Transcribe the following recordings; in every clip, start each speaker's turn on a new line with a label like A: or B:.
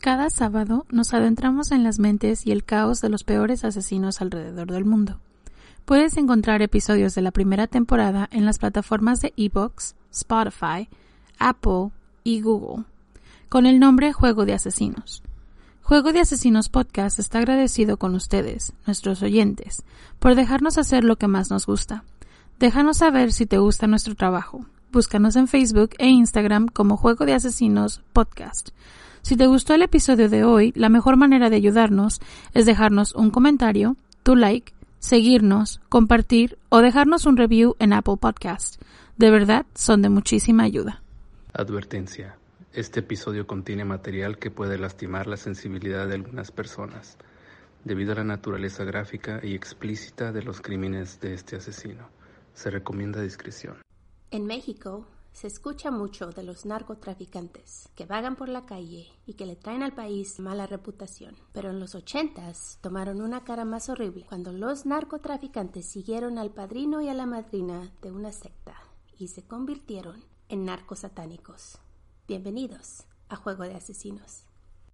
A: Cada sábado nos adentramos en las mentes y el caos de los peores asesinos alrededor del mundo. Puedes encontrar episodios de la primera temporada en las plataformas de iVoox, Spotify, Apple y Google, con el nombre Juego de Asesinos. Juego de Asesinos Podcast está agradecido con ustedes, nuestros oyentes, por dejarnos hacer lo que más nos gusta. Déjanos saber si te gusta nuestro trabajo. Búscanos en Facebook e Instagram como Juego de Asesinos Podcast. Si te gustó el episodio de hoy, la mejor manera de ayudarnos es dejarnos un comentario, tu like, seguirnos, compartir o dejarnos un review en Apple Podcast. De verdad, son de muchísima ayuda.
B: Advertencia. Este episodio contiene material que puede lastimar la sensibilidad de algunas personas, debido a la naturaleza gráfica y explícita de los crímenes de este asesino. Se recomienda discreción.
C: En México se escucha mucho de los narcotraficantes que vagan por la calle y que le traen al país mala reputación. Pero en los 80s tomaron una cara más horrible cuando los narcotraficantes siguieron al padrino y a la madrina de una secta y se convirtieron en narcosatánicos. Bienvenidos a Juego de Asesinos.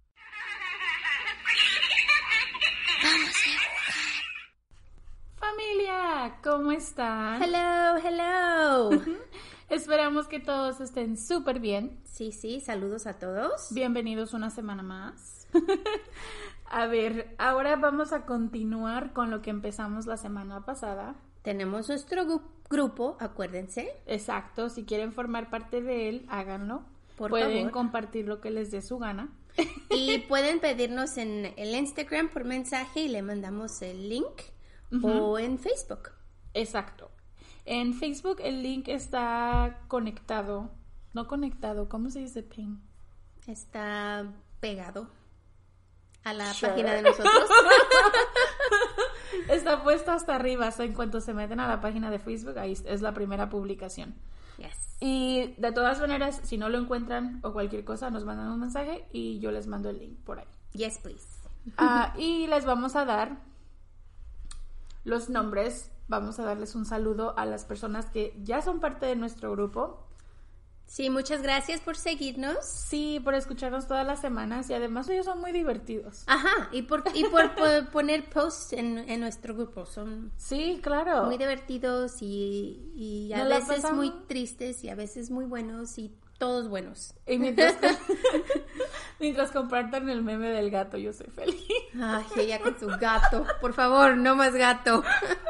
A: Familia, ¿cómo están?
C: Hello.
A: Esperamos que todos estén súper bien.
C: Sí, saludos a todos.
A: Bienvenidos una semana más. A ver, ahora vamos a continuar con lo que empezamos la semana pasada.
C: Tenemos nuestro grupo, acuérdense.
A: Exacto, si quieren formar parte de él, háganlo.
C: Pueden
A: favor compartir lo que les dé su gana.
C: Y pueden pedirnos en el Instagram por mensaje y le mandamos el link. O en Facebook.
A: Exacto. En Facebook el link está conectado. No conectado, ¿cómo se dice ping?
C: Está pegado a la página de nosotros.
A: Está puesto hasta arriba. O sea, en cuanto se meten a la página de Facebook, ahí es la primera publicación.
C: Yes.
A: Y de todas maneras, si no lo encuentran o cualquier cosa, nos mandan un mensaje y yo les mando el link por ahí.
C: Yes, please.
A: Y les vamos a dar los nombres. Vamos a darles un saludo a las personas que ya son parte de nuestro grupo.
C: Sí, muchas gracias por seguirnos.
A: Sí, por escucharnos todas las semanas y además ellos son muy divertidos.
C: Ajá, y por poner posts en nuestro grupo. Son
A: sí, claro,
C: muy divertidos y a veces muy tristes y a veces muy buenos y todos buenos.
A: Y mientras compartan el meme del gato, yo soy feliz.
C: Ay, ella con su gato. Por favor, no más gato.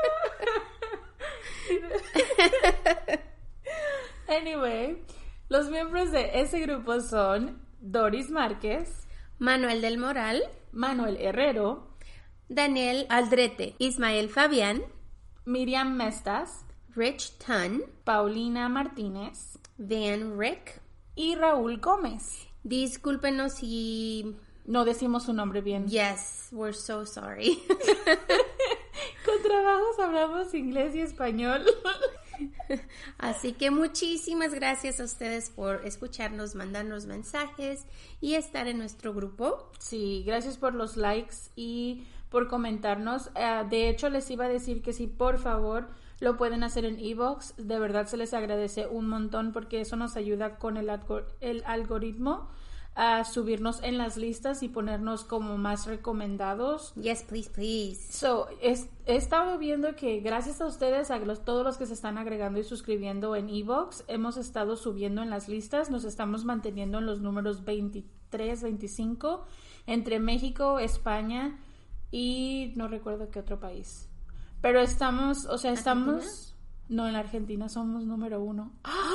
A: Anyway, los miembros de ese grupo son Doris Márquez,
C: Manuel del Moral,
A: Manuel Herrero,
C: Daniel Aldrete, Ismael Fabián,
A: Miriam Mestas,
C: Rich Tunn,
A: Paulina Martínez,
C: Van Rick
A: y Raúl Gómez.
C: Discúlpenos si
A: no decimos su nombre bien.
C: Yes, we're so sorry.
A: Con trabajos hablamos inglés y español.
C: Así que muchísimas gracias a ustedes por escucharnos, mandarnos mensajes y estar en nuestro grupo.
A: Sí, gracias por los likes y por comentarnos. De hecho, les iba a decir que si por favor lo pueden hacer en iVoox. De verdad se les agradece un montón porque eso nos ayuda con el algoritmo a subirnos en las listas y ponernos como más recomendados.
C: Yes, please.
A: So, he estado viendo que gracias a ustedes, todos los que se están agregando y suscribiendo en iVoox, hemos estado subiendo en las listas, nos estamos manteniendo en los números 23, 25, entre México, España y no recuerdo qué otro país. Pero estamos, no, en Argentina somos número 1.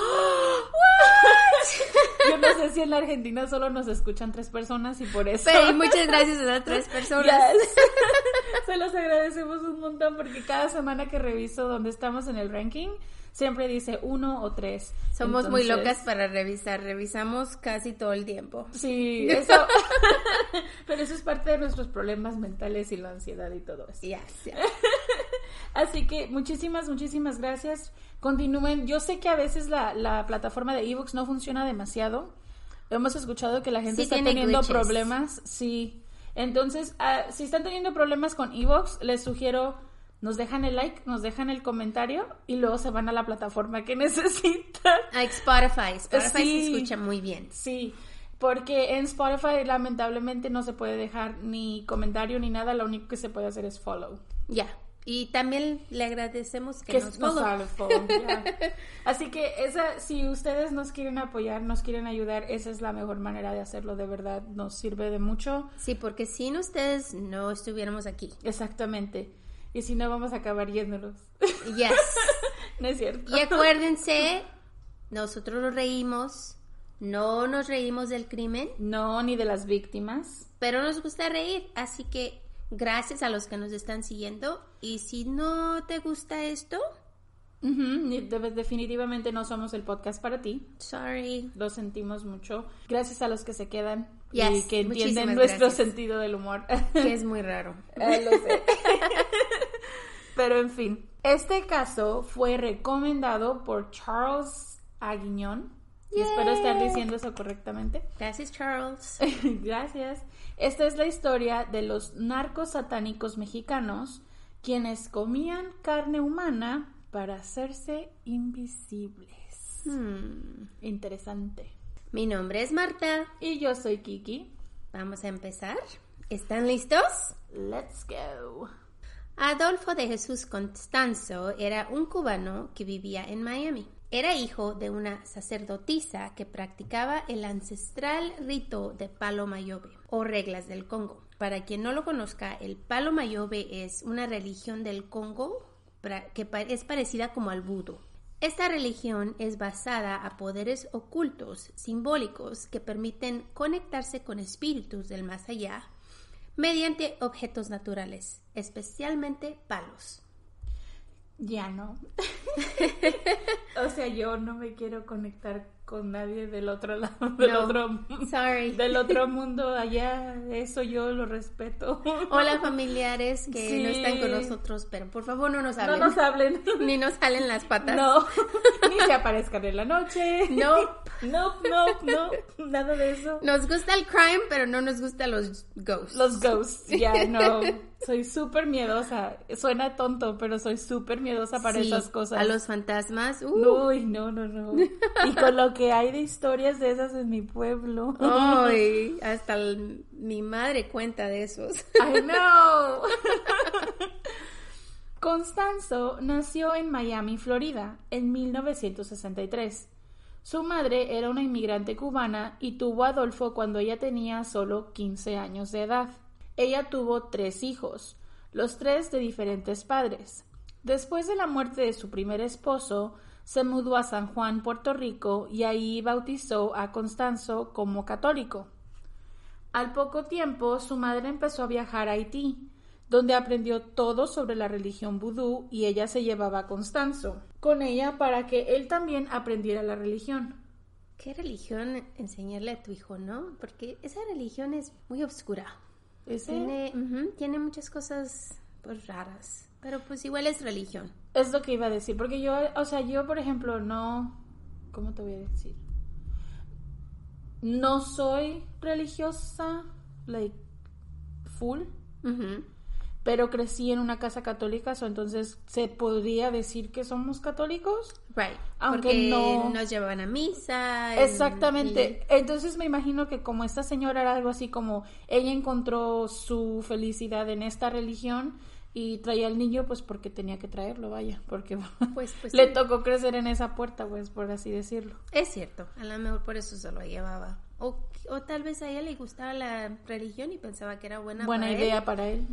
A: Yo no sé si en la Argentina solo nos escuchan 3 personas y por eso.
C: Pero muchas gracias a las 3 personas.
A: Yes. Se los agradecemos un montón porque cada semana que reviso donde estamos en el ranking, siempre dice 1 o 3.
C: Somos muy locas para revisar, revisamos casi todo el tiempo.
A: Sí, eso. Pero eso es parte de nuestros problemas mentales y la ansiedad y todo eso.
C: Yes.
A: Así que muchísimas gracias. Continúen. Yo sé que a veces la plataforma de iVoox no funciona demasiado. Hemos escuchado que la gente está teniendo glitches. Problemas. Sí. Entonces, si están teniendo problemas con iVoox, les sugiero nos dejan el like, nos dejan el comentario y luego se van a la plataforma que necesitan.
C: A Spotify. Spotify
A: sí,
C: se escucha muy bien.
A: Sí. Porque en Spotify lamentablemente no se puede dejar ni comentario ni nada, lo único que se puede hacer es follow.
C: Ya. Y también le agradecemos que nos
A: follow. Yeah. Así que si ustedes nos quieren apoyar, nos quieren ayudar, esa es la mejor manera de hacerlo, de verdad, nos sirve de mucho.
C: Sí, porque sin ustedes no estuviéramos aquí.
A: Exactamente. Y si no, vamos a acabar yéndonos.
C: Yes.
A: No es cierto.
C: Y acuérdense, nosotros nos reímos, no nos reímos del crimen.
A: No, ni de las víctimas.
C: Pero nos gusta reír, así que gracias a los que nos están siguiendo. Y si no te gusta esto,
A: definitivamente no somos el podcast para ti.
C: Sorry.
A: Lo sentimos mucho. Gracias a los que se quedan
C: y
A: que entienden nuestro sentido del humor.
C: Que es muy raro.
A: Lo sé. Pero en fin, este caso fue recomendado por Charles Aguignon. Y espero estar diciendo eso correctamente.
C: Gracias, Charles.
A: Gracias. Esta es la historia de los narcos satánicos mexicanos, quienes comían carne humana para hacerse invisibles. Interesante.
C: Mi nombre es Marta.
A: Y yo soy Kiki.
C: Vamos a empezar. ¿Están listos?
A: Let's go.
C: Adolfo de Jesús Constanzo era un cubano que vivía en Miami. Era hijo de una sacerdotisa que practicaba el ancestral rito de Palo Mayombe o reglas del Congo. Para quien no lo conozca, el Palo Mayombe es una religión del Congo que es parecida como al vudú. Esta religión es basada a poderes ocultos, simbólicos, que permiten conectarse con espíritus del más allá mediante objetos naturales, especialmente palos.
A: Ya no. O sea, yo no me quiero conectar con nadie del otro lado, del otro mundo allá. Eso yo lo respeto.
C: Hola, familiares que no están con nosotros, pero por favor no nos hablen.
A: No nos hablen.
C: Ni nos jalen las patas.
A: No, ni se aparezcan en la noche.
C: No.
A: Nada de eso.
C: Nos gusta el crime, pero no nos gustan los ghosts.
A: Los ghosts, ya no. Soy súper miedosa. Suena tonto, pero soy súper miedosa para esas cosas.
C: A los fantasmas.
A: Uy, no. Y con lo que hay de historias de esas en mi pueblo.
C: Ay, hasta mi madre cuenta de esos.
A: I know. Constanzo nació en Miami, Florida, en 1963. Su madre era una inmigrante cubana y tuvo a Adolfo cuando ella tenía solo 15 años de edad. Ella tuvo 3 hijos, los 3 de diferentes padres. Después de la muerte de su primer esposo, se mudó a San Juan, Puerto Rico, y ahí bautizó a Constanzo como católico. Al poco tiempo, su madre empezó a viajar a Haití, donde aprendió todo sobre la religión vudú y ella se llevaba a Constanzo con ella para que él también aprendiera la religión.
C: ¿Qué religión enseñarle a tu hijo, no? Porque esa religión es muy oscura. Tiene muchas cosas pues raras, pero pues igual es religión.
A: Es lo que iba a decir, porque yo por ejemplo no, ¿cómo te voy a decir? No soy religiosa, full, pero crecí en una casa católica, entonces se podría decir que somos católicos.
C: Right.
A: Aunque
C: porque
A: no
C: nos llevaban a misa.
A: Exactamente. Entonces me imagino que como esta señora era algo así como ella encontró su felicidad en esta religión y traía al niño pues porque tenía que traerlo, vaya, porque
C: pues
A: le tocó crecer en esa puerta, pues por así decirlo.
C: Es cierto, a lo mejor por eso se lo llevaba. O tal vez a ella le gustaba la religión y pensaba que era buena
A: idea para él.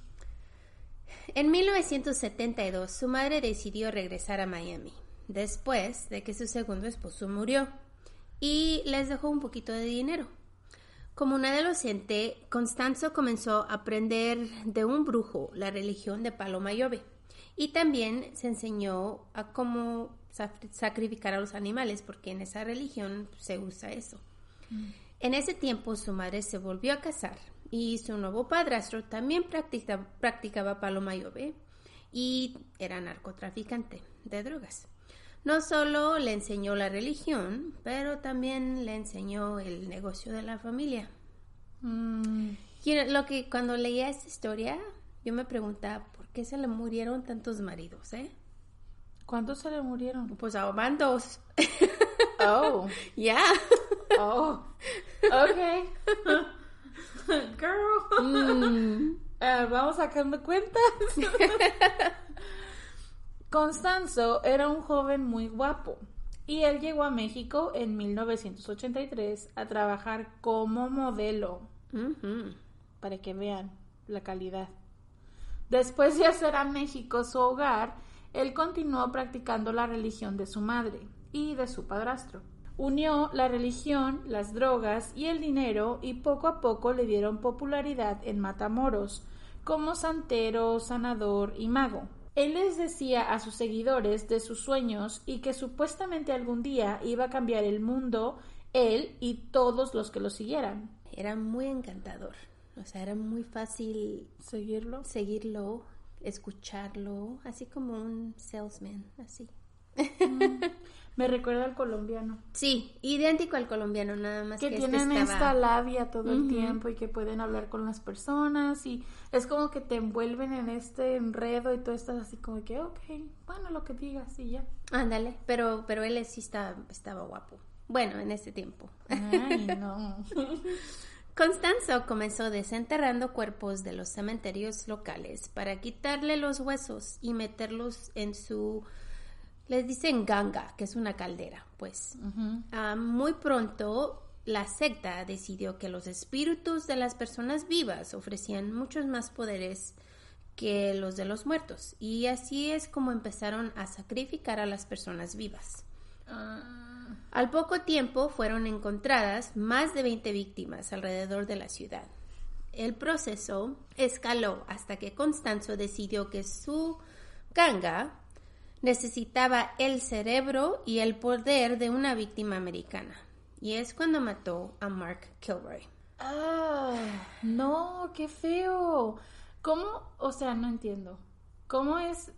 C: En 1972, su madre decidió regresar a Miami, después de que su segundo esposo murió, y les dejó un poquito de dinero. Como un adolescente, Constanzo comenzó a aprender de un brujo la religión de Palo Mayombe, y también se enseñó a cómo sacrificar a los animales, porque en esa religión se usa eso. En ese tiempo, su madre se volvió a casar, y su nuevo padrastro también practicaba Palo Mayombe y era narcotraficante de drogas. No solo le enseñó la religión, pero también le enseñó el negocio de la familia. Cuando leía esta historia, yo me preguntaba, ¿por qué se le murieron tantos maridos,
A: ¿Cuántos se le murieron?
C: Pues van 2.
A: Oh.
C: Yeah.
A: Oh. Okay. Girl. Vamos sacando cuentas. Constanzo era un joven muy guapo y él llegó a México en 1983 a trabajar como modelo. Para que vean la calidad. Después de hacer a México su hogar, él continuó practicando la religión de su madre y de su padrastro. Unió la religión, las drogas y el dinero y poco a poco le dieron popularidad en Matamoros como santero, sanador y mago. Él les decía a sus seguidores de sus sueños y que supuestamente algún día iba a cambiar el mundo, él y todos los que lo siguieran.
C: Era muy encantador. O sea, era muy fácil
A: seguirlo,
C: escucharlo, así como un salesman, así.
A: Me recuerda al colombiano.
C: Sí, idéntico al colombiano, nada más que
A: tienen esta labia todo el tiempo y que pueden hablar con las personas y es como que te envuelven en este enredo y tú estás así como que, okay, bueno, lo que digas y ya.
C: Ándale, pero él sí estaba guapo. Bueno, en ese tiempo.
A: Ay, no.
C: Constanzo comenzó desenterrando cuerpos de los cementerios locales para quitarle los huesos y meterlos en su... Les dicen ganga, que es una caldera, pues. Muy pronto, la secta decidió que los espíritus de las personas vivas ofrecían muchos más poderes que los de los muertos. Y así es como empezaron a sacrificar a las personas vivas. Al poco tiempo fueron encontradas más de 20 víctimas alrededor de la ciudad. El proceso escaló hasta que Constanzo decidió que su ganga necesitaba el cerebro y el poder de una víctima americana. Y es cuando mató a Mark Kilroy.
A: No, qué feo. ¿Cómo? O sea, no entiendo. ¿Cómo es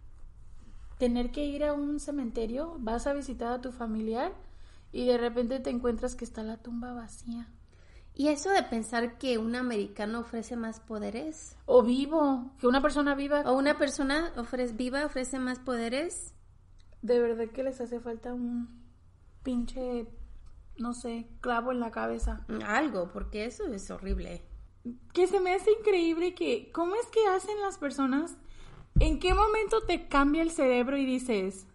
A: tener que ir a un cementerio? Vas a visitar a tu familiar y de repente te encuentras que está la tumba vacía.
C: Y eso de pensar que un americano ofrece más poderes.
A: O vivo, que una persona viva.
C: O una persona viva ofrece más poderes.
A: De verdad que les hace falta un pinche, no sé, clavo en la cabeza.
C: Algo, porque eso es horrible.
A: Que se me hace increíble que, ¿cómo es que hacen las personas? ¿En qué momento te cambia el cerebro y dices,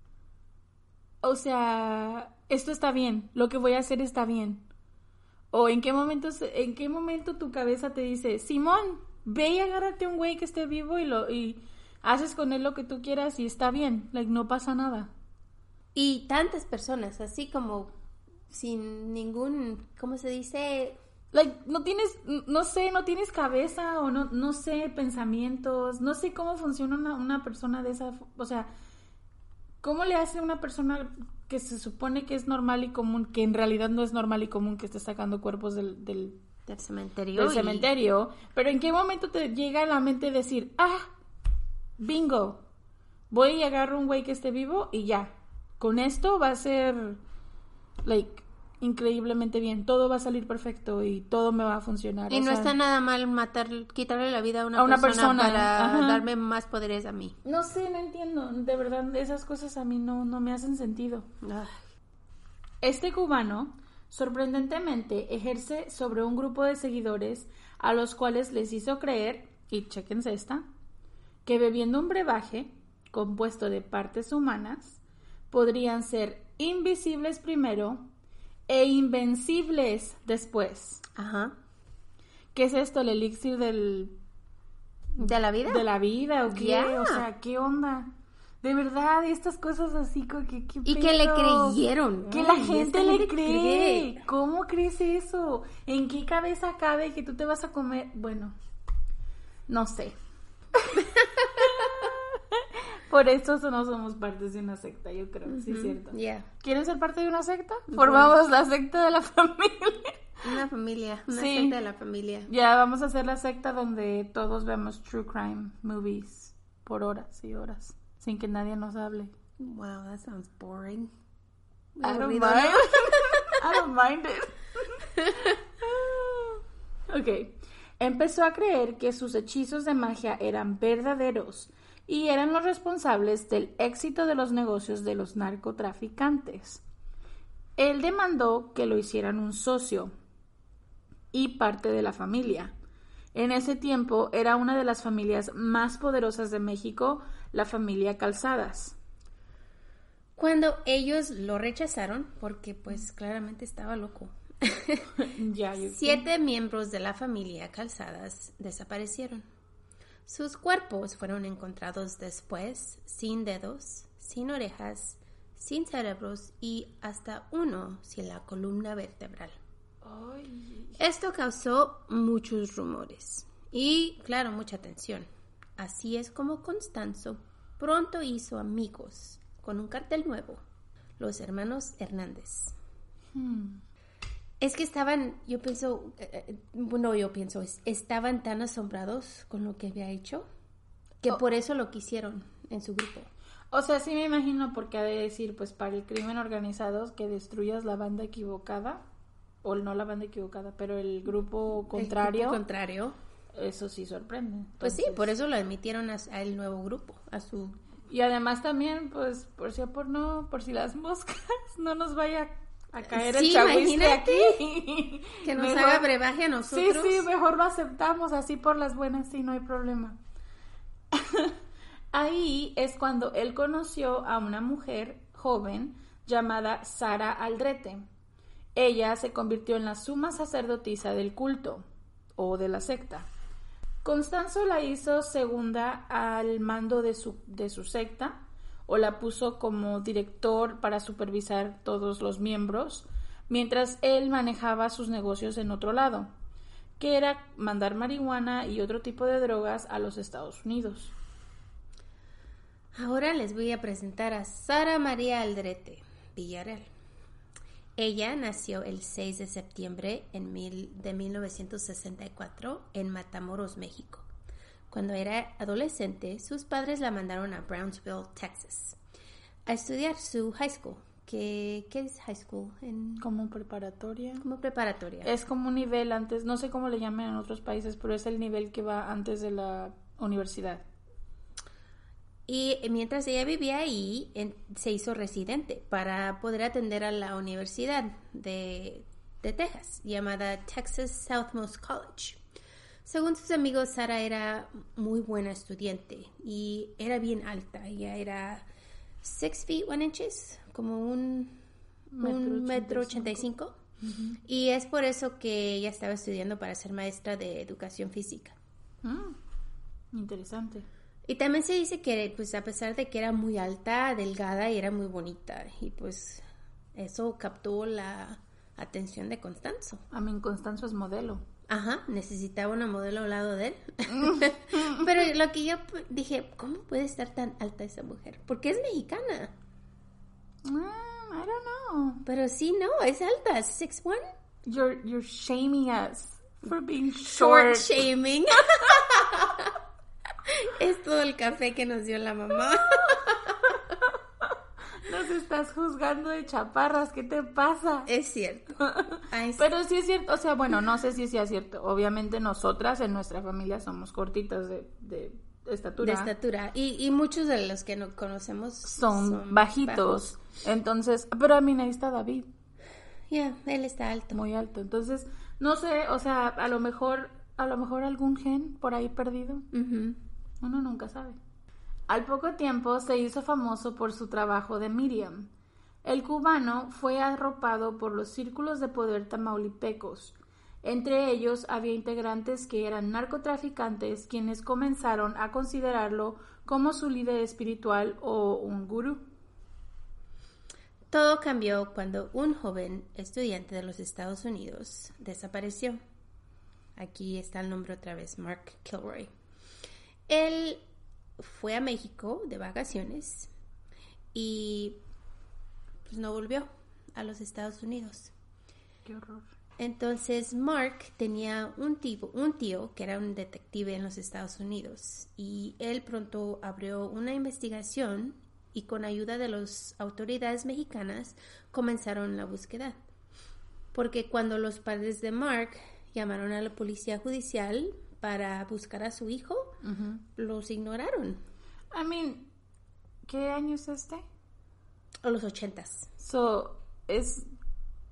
A: o sea, esto está bien, lo que voy a hacer está bien? ¿O en qué momento tu cabeza te dice, Simón, ve y agárrate a un güey que esté vivo y haces con él lo que tú quieras y está bien, no pasa nada?
C: Y tantas personas, así como sin ningún, ¿cómo se dice?
A: No tienes cabeza o no sé, pensamientos, no sé cómo funciona una persona de esa, o sea, ¿cómo le hace a una persona que se supone que es normal y común, que en realidad no es normal y común, que esté sacando cuerpos del cementerio? Pero ¿en qué momento te llega a la mente decir, bingo, voy y agarro un güey que esté vivo y ya, con esto va a ser, increíblemente bien, todo va a salir perfecto y todo me va a funcionar?
C: Y no está nada mal quitarle la vida a una persona para darme más poderes a mí.
A: No sé, no entiendo, de verdad, esas cosas a mí no me hacen sentido. Este cubano, sorprendentemente, ejerce sobre un grupo de seguidores a los cuales les hizo creer, y chéquense esta, que bebiendo un brebaje compuesto de partes humanas, podrían ser invisibles primero e invencibles después. ¿Qué es esto? ¿El elixir de
C: la vida?
A: ¿De la vida o qué? Yeah. O sea, ¿qué onda? De verdad, estas cosas así que
C: y que le creyeron.
A: Que la gente le cree. ¿Cómo crees eso? ¿En qué cabeza cabe que tú te vas a comer? Bueno, no sé. Por eso no somos parte de una secta, yo creo, sí es cierto. ¿Quieren ser parte de una secta? Formamos la secta de la familia.
C: Una secta de la familia.
A: Ya, vamos a hacer la secta donde todos vemos true crime movies por horas y horas, sin que nadie nos hable.
C: Wow, that sounds boring.
A: I don't mind it. Ok. Empezó a creer que sus hechizos de magia eran verdaderos y eran los responsables del éxito de los negocios de los narcotraficantes. Él demandó que lo hicieran un socio y parte de la familia. En ese tiempo era una de las familias más poderosas de México, la familia Calzadas.
C: Cuando ellos lo rechazaron, porque pues claramente estaba loco, 7 miembros de la familia Calzadas desaparecieron. Sus cuerpos fueron encontrados después sin dedos, sin orejas, sin cerebros y hasta uno sin la columna vertebral.
A: Ay.
C: Esto causó muchos rumores y, claro, mucha tensión. Así es como Constanzo pronto hizo amigos con un cartel nuevo, los hermanos Hernández. Es que estaban, estaban tan asombrados con lo que había hecho que por eso lo quisieron en su grupo.
A: O sea, sí me imagino, porque ha de decir, pues para el crimen organizado, que destruyas la banda equivocada, o no la banda equivocada, pero el grupo contrario.
C: El grupo contrario.
A: Eso sí sorprende. Entonces,
C: pues sí, por eso lo admitieron al nuevo grupo, a su...
A: Y además también, pues, por si las moscas no nos vaya a caer el chagüiste aquí.
C: Que nos haga brebaje a nosotros.
A: Sí, mejor lo aceptamos así por las buenas, sí, no hay problema. Ahí es cuando él conoció a una mujer joven llamada Sara Aldrete. Ella se convirtió en la suma sacerdotisa del culto o de la secta. Constanzo la hizo segunda al mando de su secta, o la puso como director para supervisar todos los miembros, mientras él manejaba sus negocios en otro lado, que era mandar marihuana y otro tipo de drogas a los Estados Unidos.
C: Ahora les voy a presentar a Sara María Aldrete Villarreal. Ella nació el 6 de septiembre de 1964 en Matamoros, México. Cuando era adolescente, sus padres la mandaron a Brownsville, Texas, a estudiar su high school. ¿Qué es high school?
A: Como preparatoria.
C: Como preparatoria.
A: Es como un nivel antes, no sé cómo le llaman en otros países, pero es el nivel que va antes de la universidad.
C: Y mientras ella vivía ahí, se hizo residente para poder atender a la Universidad de Texas, llamada Texas Southmost College. Según sus amigos, Sara era muy buena estudiante y era bien alta. Ella era 6 feet 1 inches, como un metro 85. Uh-huh. Y es por eso que ella estaba estudiando para ser maestra de educación física.
A: Interesante.
C: Y también se dice que, pues, a pesar de que era muy alta, delgada y era muy bonita. Y, pues, eso captó la atención de Constanzo.
A: Constanzo es modelo.
C: Ajá, necesitaba una modelo al lado de él. Pero lo que yo dije, ¿cómo puede estar tan alta esa mujer? Porque es mexicana.
A: I don't know.
C: Pero sí, no, es alta, 6'1".
A: You're shaming us for being short.
C: Short shaming. Es todo el café que nos dio la mamá.
A: Nos estás juzgando de chaparras, ¿qué te pasa?
C: Es cierto. Ay, sí.
A: Pero sí es cierto, o sea, bueno, no sé si sea cierto. Obviamente nosotras en nuestra familia somos cortitas de estatura.
C: De estatura. Y muchos de los que no conocemos
A: son bajitos. Bajos. Entonces, pero ahí está David.
C: Ya, él está alto.
A: Muy alto. Entonces, no sé, o sea, a lo mejor algún gen por ahí perdido.
C: Uh-huh.
A: Uno nunca sabe. Al poco tiempo se hizo famoso por su trabajo de Miriam. El cubano fue arropado por los círculos de poder tamaulipecos. Entre ellos había integrantes que eran narcotraficantes, quienes comenzaron a considerarlo como su líder espiritual o un gurú.
C: Todo cambió cuando un joven estudiante de los Estados Unidos desapareció. Aquí está el nombre otra vez, Mark Kilroy. Él fue a México de vacaciones y pues no volvió a los Estados Unidos.
A: ¡Qué horror!
C: Entonces Mark tenía un tío que era un detective en los Estados Unidos y él pronto abrió una investigación y con ayuda de las autoridades mexicanas comenzaron la búsqueda. Porque cuando los padres de Mark llamaron a la policía judicial para buscar a su hijo, uh-huh, los ignoraron.
A: ¿Qué año es este?
C: O los 80s.
A: So, es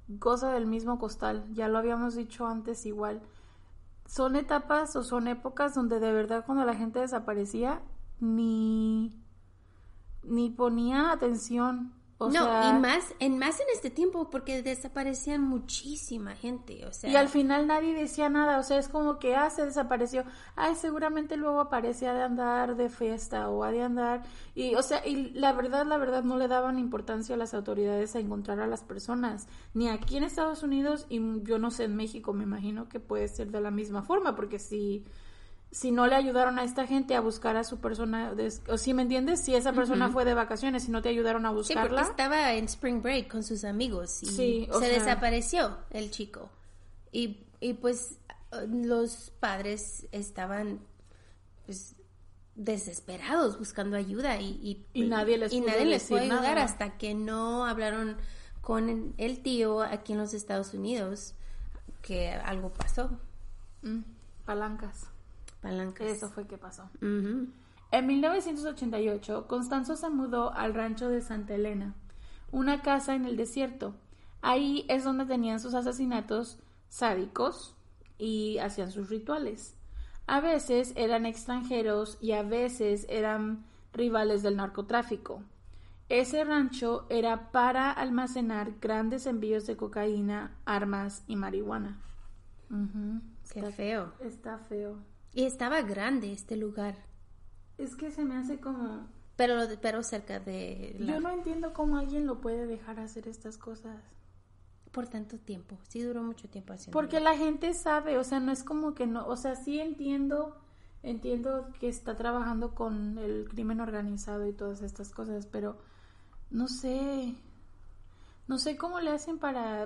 A: goza del mismo costal. Ya lo habíamos dicho antes igual. Son etapas o son épocas donde de verdad cuando la gente desaparecía ni ponía atención. O sea,
C: y más en este tiempo porque desaparecían muchísima gente, o sea.
A: Y al final nadie decía nada, o sea, es como que, se desapareció, seguramente luego aparece, ha de andar de fiesta o ha de andar, y o sea, y la verdad, no le daban importancia a las autoridades a encontrar a las personas, ni aquí en Estados Unidos, y yo no sé, en México me imagino que puede ser de la misma forma, porque si no le ayudaron a esta gente a buscar a su persona, o si me entiendes, si esa persona fue de vacaciones y no te ayudaron a buscarla.
C: Sí, porque estaba en Spring Break con sus amigos y desapareció el chico. Y pues los padres estaban pues desesperados buscando ayuda y
A: nadie les
C: pudo ayudar hasta que no hablaron con el tío aquí en los Estados Unidos que algo pasó.
A: Palancas. Eso fue que pasó.
C: Uh-huh.
A: En 1988, Constanzo se mudó al rancho de Santa Elena, una casa en el desierto. Ahí es donde tenían sus asesinatos sádicos y hacían sus rituales. A veces eran extranjeros y a veces eran rivales del narcotráfico. Ese rancho era para almacenar grandes envíos de cocaína, armas y marihuana.
C: Uh-huh. Qué feo.
A: Está feo.
C: Y estaba grande este lugar.
A: Es que se me hace como...
C: Pero cerca de...
A: Yo no entiendo cómo alguien lo puede dejar hacer estas cosas.
C: Por tanto tiempo. Sí duró mucho tiempo haciendo.
A: Porque la gente sabe, o sea, no es como que no... O sea, sí entiendo que está trabajando con el crimen organizado y todas estas cosas, pero no sé cómo le hacen para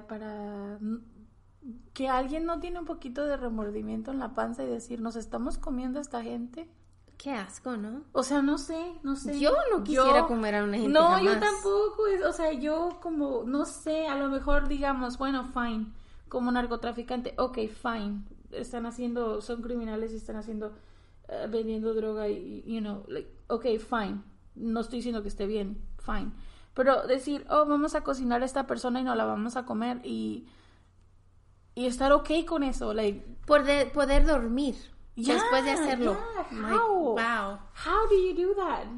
A: que alguien no tiene un poquito de remordimiento en la panza y decir, nos estamos comiendo a esta gente.
C: Qué asco, ¿no?
A: O sea, no sé.
C: Yo no quisiera comer a una gente
A: No,
C: jamás.
A: yo tampoco. O sea, yo como, no sé, a lo mejor digamos, bueno, fine, como narcotraficante, ok, fine. Son criminales y están vendiendo droga y, ok, fine. No estoy diciendo que esté bien, fine. Pero decir, vamos a cocinar a esta persona y no la vamos a comer y estar okay con eso,
C: poder dormir después de hacerlo.
A: Wow. How do you do that?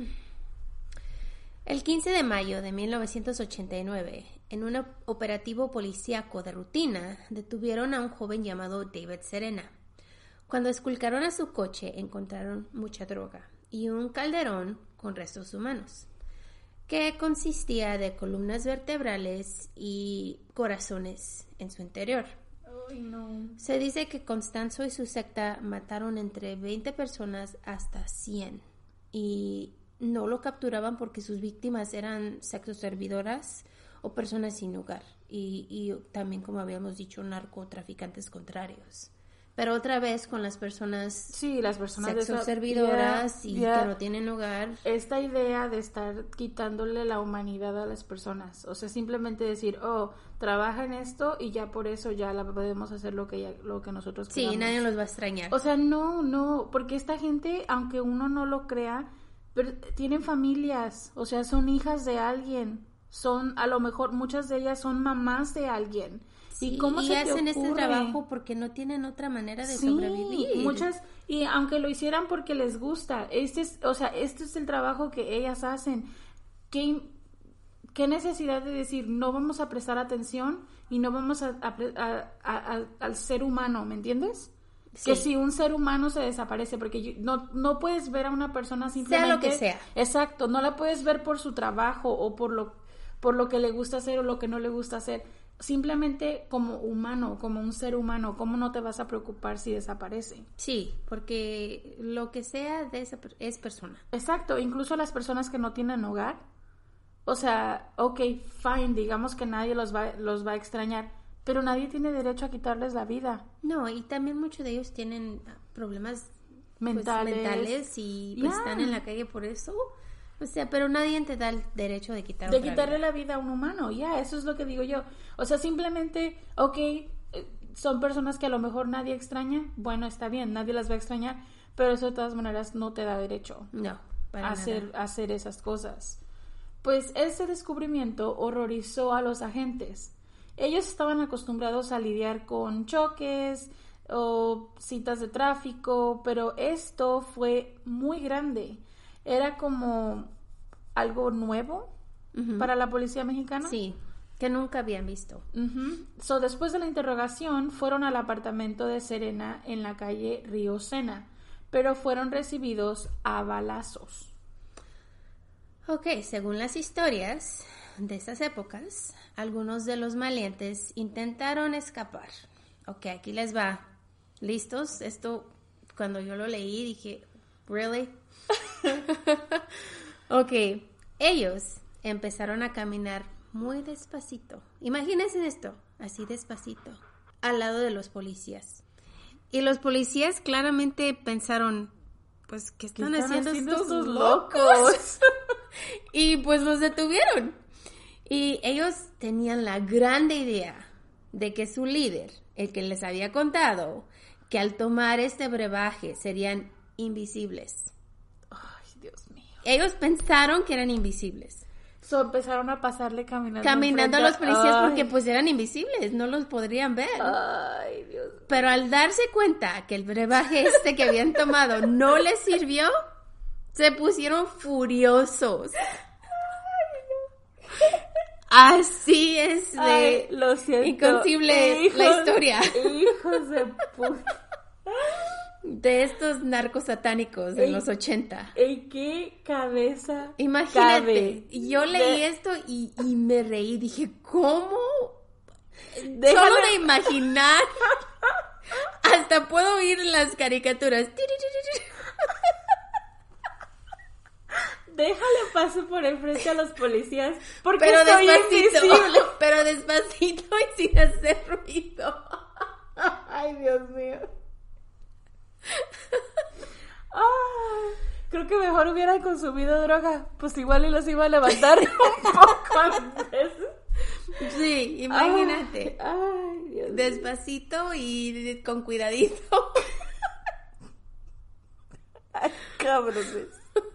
C: El 15 de mayo de 1989, en un operativo policíaco de rutina, detuvieron a un joven llamado David Serena. Cuando esculcaron a su coche, encontraron mucha droga y un calderón con restos humanos, que consistía de columnas vertebrales y corazones en su interior.
A: Ay, no.
C: Se dice que Constanzo y su secta mataron entre 20 personas hasta 100 y no lo capturaban porque sus víctimas eran sexoservidoras o personas sin hogar y también, como habíamos dicho, narcotraficantes contrarios. Pero otra vez con las personas sexoservidoras y que no tienen hogar.
A: Esta idea de estar quitándole la humanidad a las personas. O sea, simplemente decir, trabaja en esto y ya por eso ya la podemos hacer lo que nosotros queramos.
C: Sí, nadie los va a extrañar.
A: O sea, no, porque esta gente, aunque uno no lo crea, pero tienen familias. O sea, son hijas de alguien. A lo mejor muchas de ellas son mamás de alguien.
C: Sí, y hacen este trabajo porque no tienen otra manera de sobrevivir.
A: Muchas, y aunque lo hicieran porque les gusta, este es el trabajo que ellas hacen. ¿Qué necesidad de decir no vamos a prestar atención y no vamos al ser humano, ¿me entiendes? Sí. Que si un ser humano se desaparece, porque no puedes ver a una persona simplemente...
C: Sea lo que sea.
A: Exacto, no la puedes ver por su trabajo o por lo que le gusta hacer o lo que no le gusta hacer. Simplemente como humano, como un ser humano, ¿cómo no te vas a preocupar si desaparece?
C: Sí, porque lo que sea es persona.
A: Exacto, incluso las personas que no tienen hogar. O sea, ok, fine, digamos que nadie los va a extrañar, pero nadie tiene derecho a quitarles la vida.
C: No, y también muchos de ellos tienen problemas
A: mentales
C: y pues están en la calle por eso. O sea, pero nadie te da el derecho de
A: quitarle la vida a un humano. Eso es lo que digo yo. O sea, simplemente, ok, son personas que a lo mejor nadie extraña. Bueno, está bien, nadie las va a extrañar, pero eso de todas maneras no te da derecho a hacer esas cosas. Pues ese descubrimiento horrorizó a los agentes Ellos estaban acostumbrados a lidiar con choques o citas de tráfico, pero esto fue muy grande. Era como algo nuevo para la policía mexicana.
C: Sí, que nunca habían visto.
A: So, después de la interrogación, fueron al apartamento de Serena en la calle Río Sena, pero fueron recibidos a balazos.
C: Ok, según las historias de esas épocas, algunos de los maleantes intentaron escapar. Ok, aquí les va. ¿Listos? Esto, cuando yo lo leí, dije, ¿really? Ok, ellos empezaron a caminar muy despacito. Imagínense esto, así despacito, al lado de los policías. Y los policías claramente pensaron, pues, ¿qué están haciendo estos locos? Y pues los detuvieron. Y ellos tenían la grande idea de que su líder, el que les había contado, que al tomar este brebaje serían invisibles.
A: Ay, Dios mío.
C: Ellos pensaron que eran invisibles.
A: So, empezaron a pasarle caminando
C: A los policías porque pues eran invisibles, no los podrían ver.
A: Ay, Dios.
C: Pero al darse cuenta que el brebaje que habían tomado no les sirvió, se pusieron furiosos. Así es de
A: lo siento.
C: inconcebible la historia.
A: Hijos de puta.
C: De estos narcos satánicos de los 80.
A: ¿En qué cabeza?
C: Imagínate, yo leí esto y me reí. Dije, ¿cómo? Solo de imaginar. Hasta puedo oír las caricaturas.
A: Déjale paso por enfrente a los policías. Porque
C: pero
A: soy
C: despacito.
A: invisible.
C: Pero despacito y sin hacer ruido.
A: Ay, Dios mío. Creo que mejor hubieran consumido droga. Pues igual y los iba a levantar un poco antes.
C: Sí, imagínate.
A: Ay, Dios
C: despacito y con cuidadito.
A: Ay, cabrones.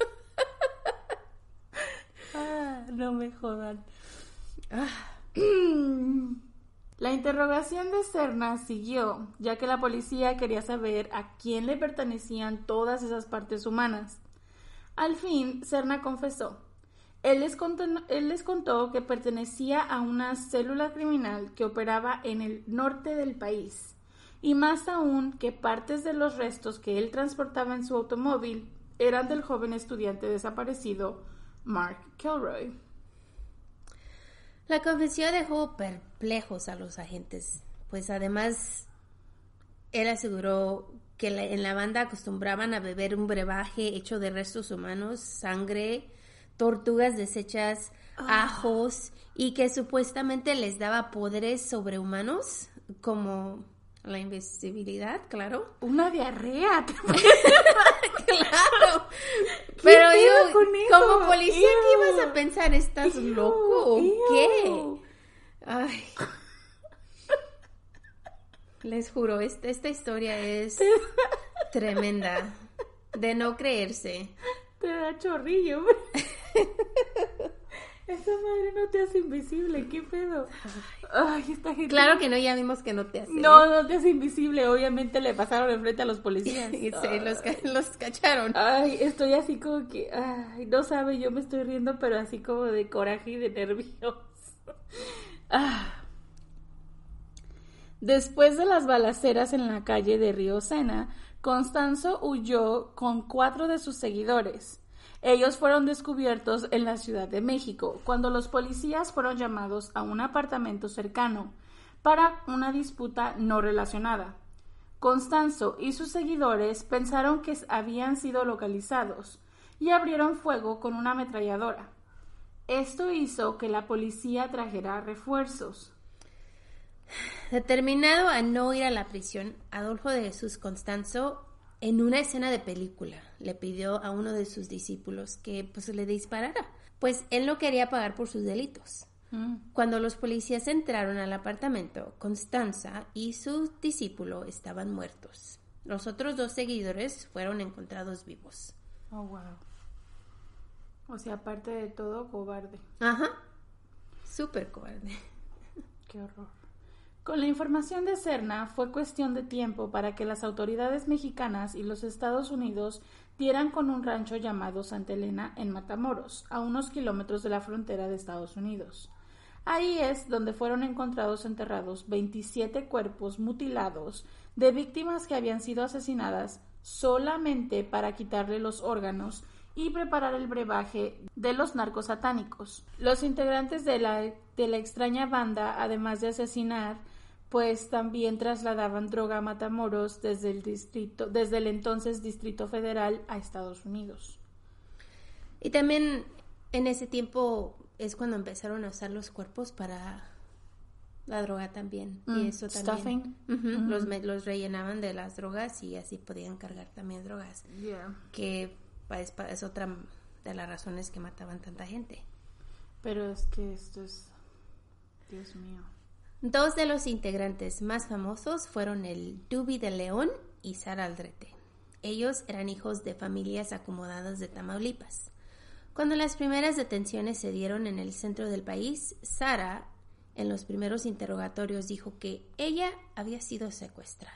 A: No me jodan. La interrogación de Serna siguió, ya que la policía quería saber a quién le pertenecían todas esas partes humanas. Al fin, Serna confesó. Él les contó que pertenecía a una célula criminal que operaba en el norte del país, y más aún que partes de los restos que él transportaba en su automóvil eran del joven estudiante desaparecido Mark Kilroy.
C: La confesión dejó perplejos a los agentes, pues además él aseguró que en la banda acostumbraban a beber un brebaje hecho de restos humanos, sangre, tortugas deshechas, ajos, y que supuestamente les daba poderes sobrehumanos, como la invisibilidad, claro.
A: Una diarrea.
C: Claro. Pero yo, como policía, ¿qué ibas a pensar? ¿Estás loco o qué? Ay. Les juro, esta historia es tremenda. De no creerse.
A: Te da chorrillo. Esa madre no te hace invisible, ¿qué pedo? Ay, esta gente...
C: Claro que no, ya vimos que no te hace.
A: No te hace invisible, obviamente le pasaron enfrente a los policías.
C: Y los cacharon.
A: Ay, estoy así como que, ay, no sabe, yo me estoy riendo, pero así como de coraje y de nervios. Después de las balaceras en la calle de Río Sena, Constanzo huyó con 4 de sus seguidores. Ellos fueron descubiertos en la Ciudad de México cuando los policías fueron llamados a un apartamento cercano para una disputa no relacionada. Constanzo y sus seguidores pensaron que habían sido localizados y abrieron fuego con una ametralladora. Esto hizo que la policía trajera refuerzos.
C: Determinado a no ir a la prisión, Adolfo de Jesús Constanzo, en una escena de película, le pidió a uno de sus discípulos que pues le disparara, pues él no quería pagar por sus delitos. Cuando los policías entraron al apartamento, Constanza y su discípulo estaban muertos. Los otros 2 seguidores fueron encontrados vivos.
A: Oh, wow. O sea, aparte de todo, cobarde.
C: Ajá. Súper cobarde.
A: Qué horror. Con la información de Serna, fue cuestión de tiempo para que las autoridades mexicanas y los Estados Unidos dieran con un rancho llamado Santa Elena en Matamoros, a unos kilómetros de la frontera de Estados Unidos. Ahí es donde fueron encontrados enterrados 27 cuerpos mutilados de víctimas que habían sido asesinadas solamente para quitarle los órganos y preparar el brebaje de los narcos satánicos. Los integrantes de la extraña banda, además de asesinar, pues también trasladaban droga a Matamoros desde el entonces Distrito Federal a Estados Unidos.
C: Y también en ese tiempo es cuando empezaron a usar los cuerpos para la droga también. Y eso también.
A: Stuffing.
C: Los rellenaban de las drogas y así podían cargar también drogas.
A: Yeah.
C: Que es otra de las razones que mataban tanta gente.
A: Pero es que esto es... Dios mío.
C: Dos de los integrantes más famosos fueron el Dubi de León y Sara Aldrete. Ellos eran hijos de familias acomodadas de Tamaulipas. Cuando las primeras detenciones se dieron en el centro del país, Sara, en los primeros interrogatorios, dijo que ella había sido secuestrada.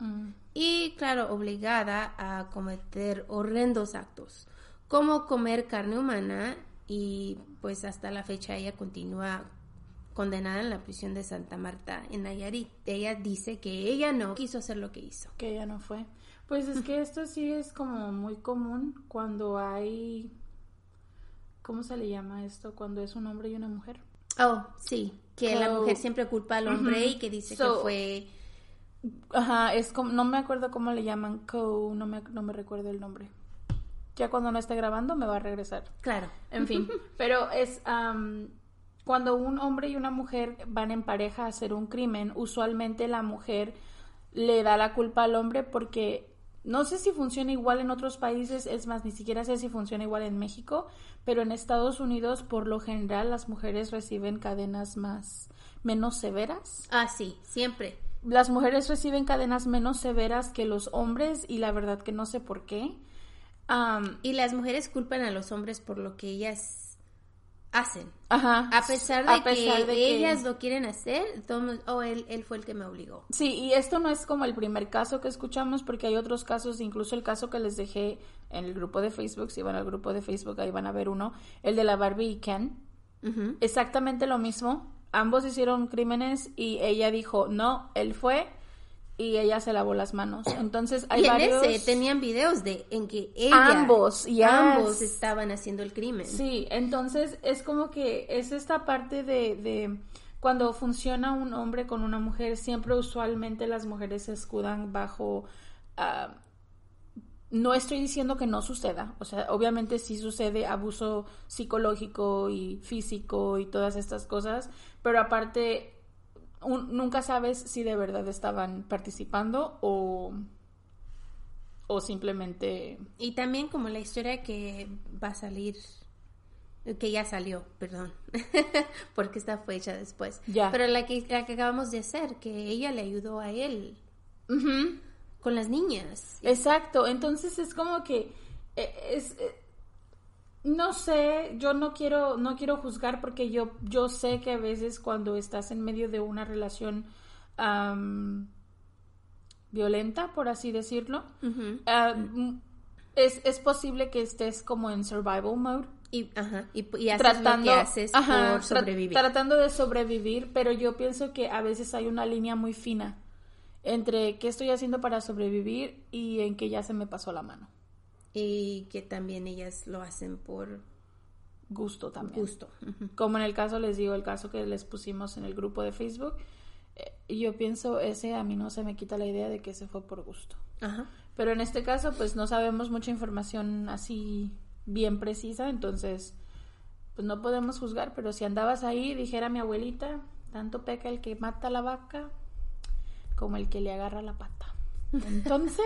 C: Y, claro, obligada a cometer horrendos actos, como comer carne humana, y pues hasta la fecha ella continúa condenada en la prisión de Santa Marta, en Nayarit. Ella dice que ella no quiso hacer lo que hizo.
A: Que ella no fue. Pues es que esto sí es como muy común cuando hay... ¿Cómo se le llama esto? Cuando es un hombre y una mujer.
C: Oh, sí, que la mujer siempre culpa al hombre y que dice que fue...
A: Ajá, es como... No me acuerdo cómo le llaman, no me recuerdo el nombre. Ya cuando no esté grabando me va a regresar.
C: Claro.
A: En fin, pero es... cuando un hombre y una mujer van en pareja a hacer un crimen, usualmente la mujer le da la culpa al hombre porque no sé si funciona igual en otros países, es más, ni siquiera sé si funciona igual en México, pero en Estados Unidos por lo general las mujeres reciben cadenas menos severas.
C: Ah, sí, siempre.
A: Las mujeres reciben cadenas menos severas que los hombres y la verdad que no sé por qué.
C: Y las mujeres culpan a los hombres por lo que ellas hacen.
A: Ajá.
C: A pesar de que ellas lo quieren hacer, él fue el que me obligó.
A: Sí, y esto no es como el primer caso que escuchamos, porque hay otros casos, incluso el caso que les dejé en el grupo de Facebook, si van al grupo de Facebook ahí van a ver uno, el de la Barbie y Ken. Exactamente lo mismo. Ambos hicieron crímenes y ella dijo, no, él fue, y ella se lavó las manos. Entonces hay varios...
C: ese tenían videos en que
A: ambos
C: estaban haciendo el crimen.
A: Sí, entonces es como que es esta parte de cuando funciona un hombre con una mujer, siempre usualmente las mujeres se escudan bajo... no estoy diciendo que no suceda, o sea, obviamente sí sucede abuso psicológico y físico y todas estas cosas, pero aparte... nunca sabes si de verdad estaban participando o simplemente... Y
C: también como la historia que va a salir, que ya salió, perdón, porque esta fue hecha después.
A: Ya.
C: Pero la que acabamos de hacer, que ella le ayudó a él con las niñas.
A: Exacto, entonces es como que no sé, yo no quiero juzgar porque yo sé que a veces cuando estás en medio de una relación violenta, por así decirlo, es posible que estés como en survival mode. Y haces lo que haces por sobrevivir. Tratando de sobrevivir, pero yo pienso que a veces hay una línea muy fina entre qué estoy haciendo para sobrevivir y en que ya se me pasó la mano.
C: Y que también ellas lo hacen por
A: gusto también. Como en el caso, les digo, el caso que les pusimos en el grupo de Facebook, yo pienso a mí no se me quita la idea de que se fue por gusto.
C: Ajá.
A: Pero en este caso, pues no sabemos mucha información así bien precisa, entonces pues no podemos juzgar, pero si andabas ahí, dijera mi abuelita, tanto peca el que mata a la vaca como el que le agarra la pata. Entonces...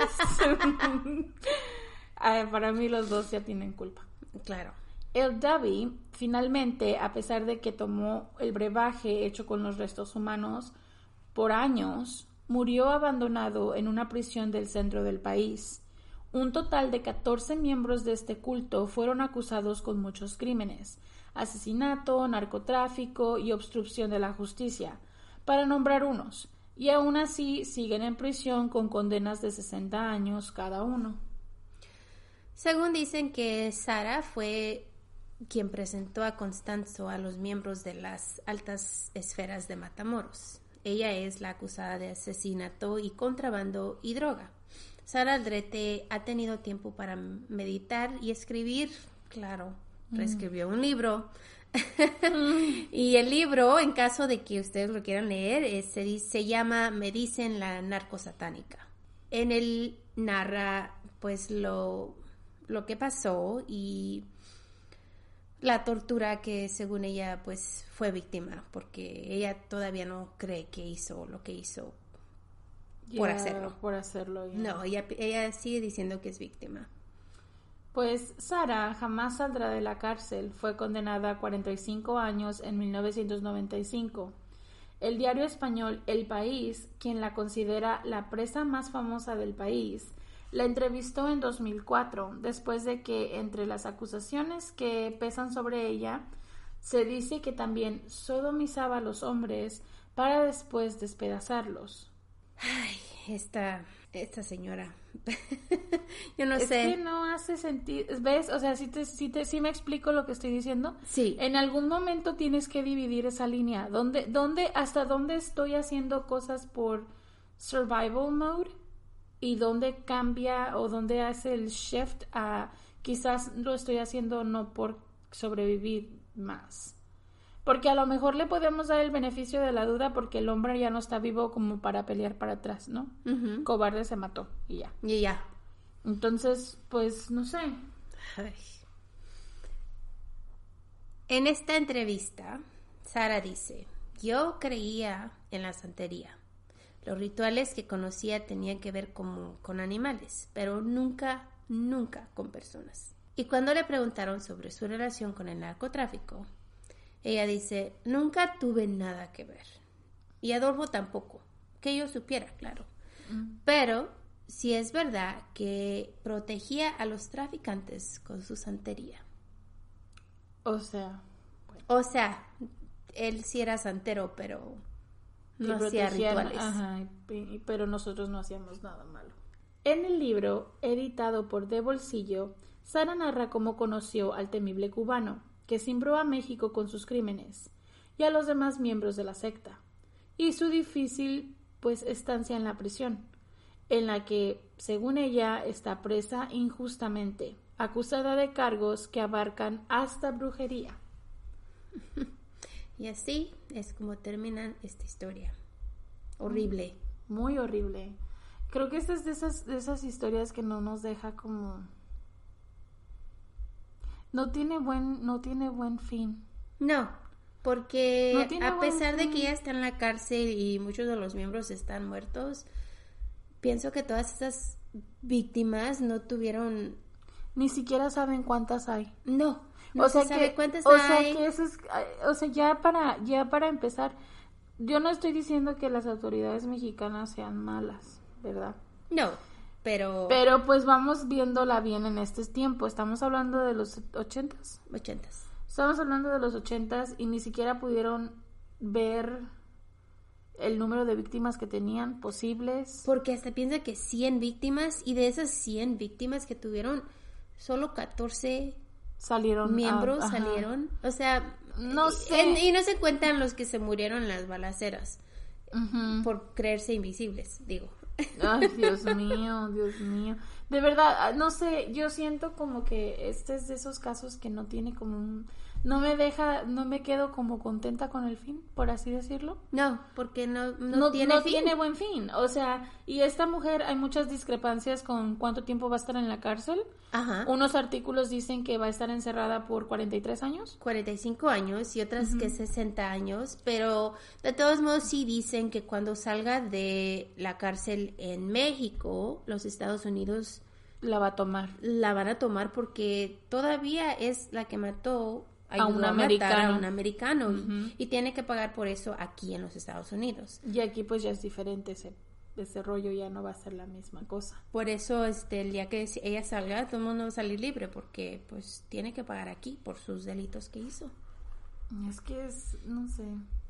A: para mí los dos ya tienen culpa.
C: Claro.
A: El Dubi, finalmente, a pesar de que tomó el brebaje hecho con los restos humanos por años, murió abandonado en una prisión del centro del país. Un total de 14 miembros de este culto fueron acusados con muchos crímenes: asesinato, narcotráfico y obstrucción de la justicia. para nombrar unos, y aún así siguen en prisión con condenas de 60 años cada uno.
C: Según dicen que Sara fue quien presentó a Constanzo a los miembros de las altas esferas de Matamoros. Ella es la acusada de asesinato y contrabando y droga. Sara Aldrete ha tenido tiempo para meditar y escribir, claro, reescribió un libro. Y el libro, en caso de que ustedes lo quieran leer, se llama Me dicen la narcosatánica. En él narra pues lo que pasó y la tortura que según ella pues fue víctima, porque ella todavía no cree que hizo lo que hizo por hacerlo. No, ella sigue diciendo que es víctima.
A: Pues Sara jamás saldrá de la cárcel. Fue condenada a 45 años en 1995. El diario español El País, quien la considera la presa más famosa del país, la entrevistó en 2004, después de que entre las acusaciones que pesan sobre ella, se dice que también sodomizaba a los hombres para después despedazarlos.
C: Ay, esta señora. Yo no sé.
A: Es que no hace sentido. ¿Ves? O sea, ¿sí me explico lo que estoy diciendo?
C: Sí.
A: En algún momento tienes que dividir esa línea. ¿Hasta dónde estoy haciendo cosas por survival mode? Y dónde cambia o dónde hace el shift a quizás lo estoy haciendo no por sobrevivir más. Porque a lo mejor le podemos dar el beneficio de la duda porque el hombre ya no está vivo como para pelear para atrás, ¿no? Uh-huh. Cobarde se mató y ya.
C: Y ya.
A: Entonces, pues, no sé.
C: Ay. En esta entrevista, Sara dice, yo creía en la santería. Los rituales que conocía tenían que ver con animales, pero nunca con personas. Y cuando le preguntaron sobre su relación con el narcotráfico, ella dice, nunca tuve nada que ver. Y Adolfo tampoco, que yo supiera, claro. Pero sí es verdad que protegía a los traficantes con su santería.
A: O sea,
C: él sí era santero, pero no
A: y
C: hacía rituales.
A: Ajá, pero nosotros no hacíamos nada malo. En el libro, editado por De Bolsillo, Sara narra cómo conoció al temible cubano, que cimbró a México con sus crímenes, y a los demás miembros de la secta, y su difícil, pues, estancia en la prisión, en la que, según ella, está presa injustamente, acusada de cargos que abarcan hasta brujería.
C: Y así es como termina esta historia. Horrible.
A: Muy horrible. Creo que esta es de esas historias que no nos deja como... No tiene buen fin.
C: No, porque a pesar de que ella está en la cárcel y muchos de los miembros están muertos, pienso que todas estas víctimas no tuvieron...
A: Ni siquiera saben cuántas hay.
C: No
A: se
C: sabe cuántas hay.
A: Sea que eso es, o sea, ya para empezar, yo no estoy diciendo que las autoridades mexicanas sean malas, ¿verdad?
C: No, pero
A: pues vamos viéndola bien en este tiempo. Estamos hablando de los 80s. Estamos hablando de los 80s y ni siquiera pudieron ver el número de víctimas que tenían posibles.
C: Porque hasta piensa que 100 víctimas y de esas 100 víctimas que tuvieron, solo 14 miembros salieron. O sea,
A: no sé.
C: Y no se cuentan los que se murieron en las balaceras por creerse invisibles, digo.
A: Ay, Dios mío. De verdad, no sé, yo siento como que este es de esos casos que no tiene como no me quedo como contenta con el fin, por así decirlo.
C: No, porque no tiene
A: buen fin. O sea, y esta mujer, hay muchas discrepancias con cuánto tiempo va a estar en la cárcel.
C: Ajá.
A: Unos artículos dicen que va a estar encerrada por 43 años.
C: 45 años y otras que 60 años, pero de todos modos sí dicen que cuando salga de la cárcel en México, los Estados Unidos
A: la van a tomar
C: porque todavía es la que mató
A: a un americano,
C: y tiene que pagar por eso aquí en los Estados Unidos.
A: Y aquí pues ya es diferente, ese rollo ya no va a ser la misma cosa.
C: Por eso el día que ella salga, todo el mundo va a salir libre porque pues tiene que pagar aquí por sus delitos que hizo.
A: Es que no sé.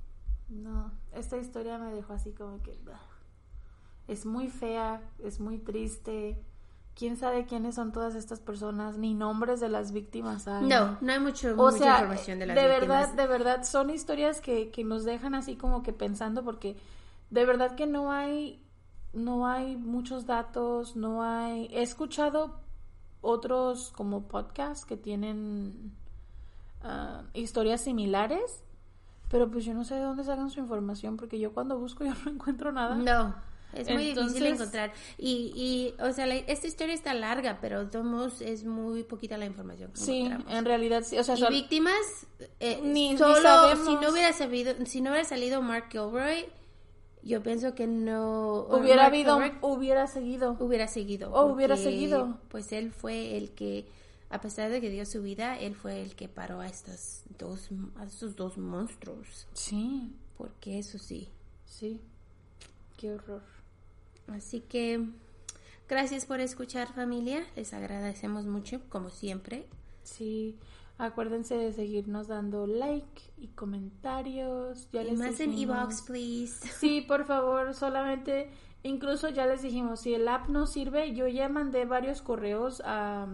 A: No, esta historia me dejó así como que... Es muy fea, es muy triste. ¿Quién sabe quiénes son todas estas personas? Ni nombres de las víctimas hay.
C: No hay mucha información de las víctimas.
A: De verdad, son historias que nos dejan así como que pensando, porque de verdad que no hay muchos datos, no hay... He escuchado otros como podcasts que tienen historias similares, pero pues yo no sé de dónde sacan su información, porque yo cuando busco yo no encuentro nada.
C: No, es muy difícil encontrar. Y o sea, esta historia está larga, pero de todos modos es muy poquita la información que encontramos.
A: En realidad sí. O sea,
C: y víctimas,
A: ni
C: solo
A: sabemos.
C: si no hubiera salido Mark Gilroy, yo pienso que no
A: hubiera seguido.
C: Hubiera seguido. Pues él fue el que, a pesar de que dio su vida, él fue el que paró a estos dos monstruos.
A: Sí.
C: Porque eso sí.
A: Sí. Qué horror.
C: Así que gracias por escuchar, familia. Les agradecemos mucho, como siempre.
A: Sí. Acuérdense de seguirnos dando like y comentarios.
C: Ya y les más dijimos. En iVoox, please.
A: Sí, por favor, solamente, incluso ya les dijimos, si el app no sirve, yo ya mandé varios correos a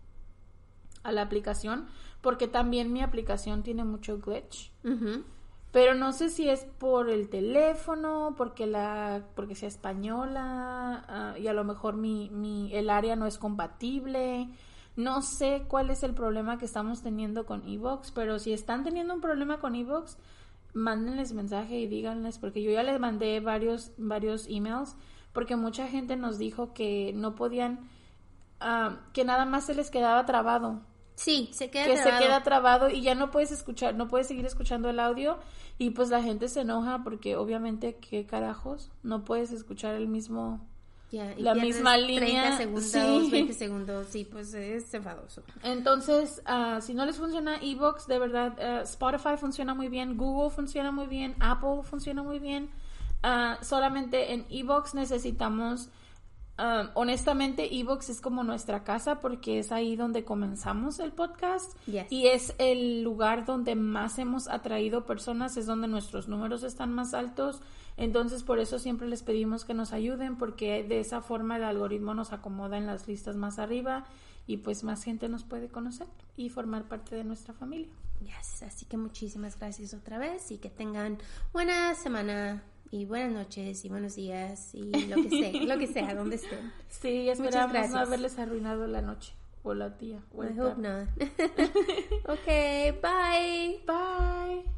A: la aplicación, porque también mi aplicación tiene mucho glitch.
C: Uh-huh.
A: Pero no sé si es por el teléfono, porque sea española, y a lo mejor el área no es compatible. No sé cuál es el problema que estamos teniendo con iVoox, pero si están teniendo un problema con iVoox, mándenles mensaje y díganles, porque yo ya les mandé varios emails, porque mucha gente nos dijo que no podían, que nada más se les quedaba trabado.
C: Sí, se queda
A: trabado y ya no puedes seguir escuchando el audio, y pues la gente se enoja porque obviamente, ¿qué carajos? No puedes escuchar el mismo... la misma línea,
C: 30 segundos, 20 segundos, sí, pues es enfadoso.
A: Entonces, si no les funciona iVoox, de verdad, Spotify funciona muy bien, Google funciona muy bien, Apple funciona muy bien. Solamente en iVoox necesitamos, honestamente, iVoox es como nuestra casa, porque es ahí donde comenzamos el podcast.
C: Yes.
A: Y es el lugar donde más hemos atraído personas, es donde nuestros números están más altos. Entonces, por eso siempre les pedimos que nos ayuden, porque de esa forma el algoritmo nos acomoda en las listas más arriba y pues más gente nos puede conocer y formar parte de nuestra familia.
C: Yes. Así que muchísimas gracias otra vez y que tengan buena semana y buenas noches y buenos días y lo que sea, donde estén.
A: Sí, esperamos no haberles arruinado la noche o la día.
C: I hope not. Okay, bye.
A: Bye.